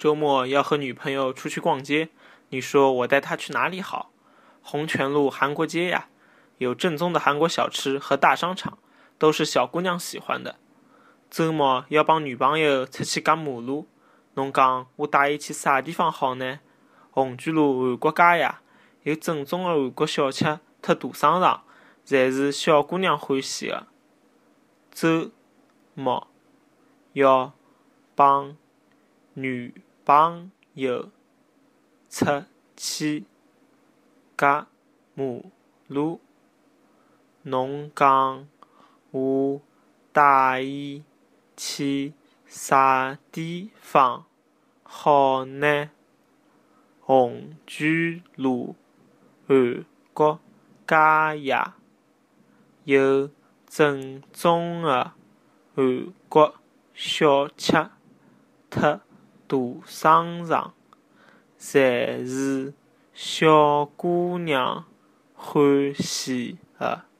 周末要和女朋友出去逛街，你说我带她去哪里好？红泉路韩国街呀，有正宗的韩国小吃和大商场，都是小姑娘喜欢的。周末要帮女朋友出去赶马路，侬讲我带伊去啥地方好呢？红泉路韩国街呀，有正宗的韩国小吃特大商场，侪是小姑娘欢喜的。周末要帮女朋友出去赶马路，侬讲我带伊去啥地方好呢？红泉路韩国街呀，有正宗的韩国小吃特大商场，侪是小姑娘欢喜的。